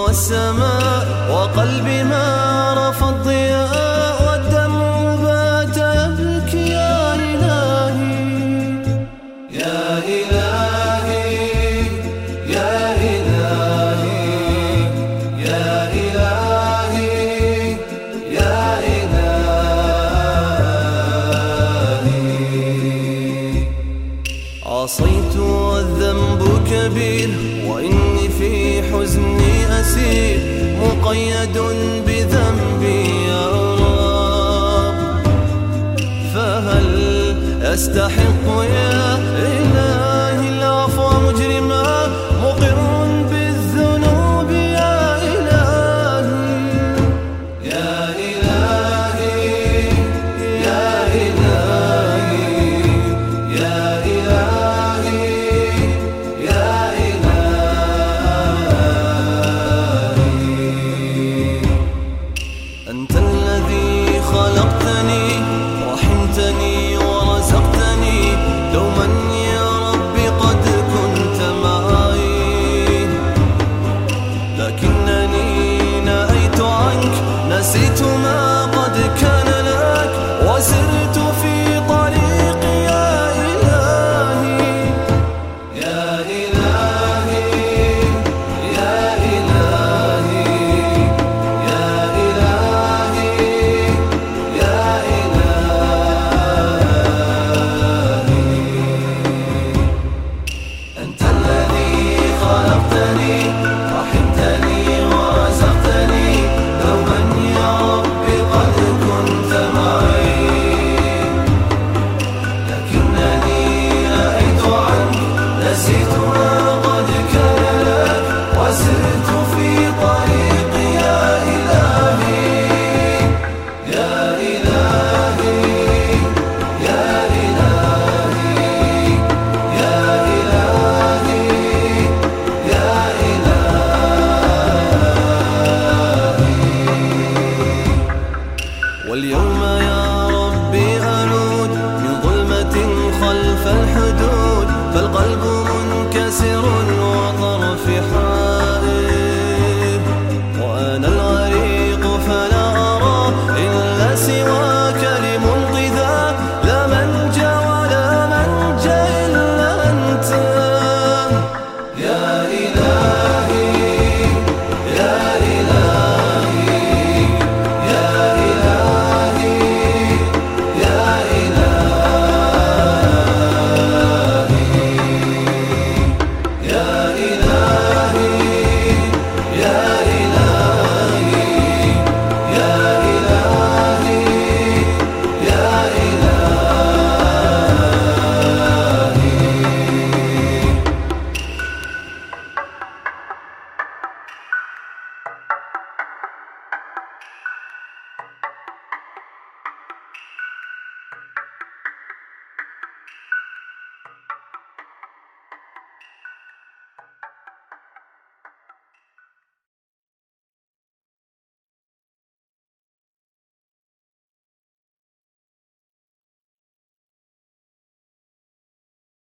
والسماء، وقلبي ما رفض الضياء، والدمع بات يبكي يا إلهي يا إلهي يا إلهي يا إلهي يا إلهي. عصيت والذنب كبير، وإني في حزني أسير، مقيد بذنبي يا رب، فهل أستحق يا إلهي العفو مجرما، مقر بالذنوب يا إلهي يا إلهي يا إلهي يا إلهي يا إلهي. أنت الذي خلقتني، رحمتني ورزقتني، دوما يا ربي قد كنت معي، لكنني نأيت عنك، نسيت ما قد كان لك، وسرت في طريقي يا إلهي يا إلهي يا إلهي يا إلهي يا إلهي. أنت الذي خلقتني، رحمتني ورزقتني، دوما يا ربي قد كنت معي، لكنني نأيت عنك، نسيت ما قد كان لك، وسرت في طريقي يا إلهي يا إلهي يا إلهي يا إلهي يا إلهي. واليوم يا ربي أنود من ظلمة خلف الحدود، فالقلب منكسر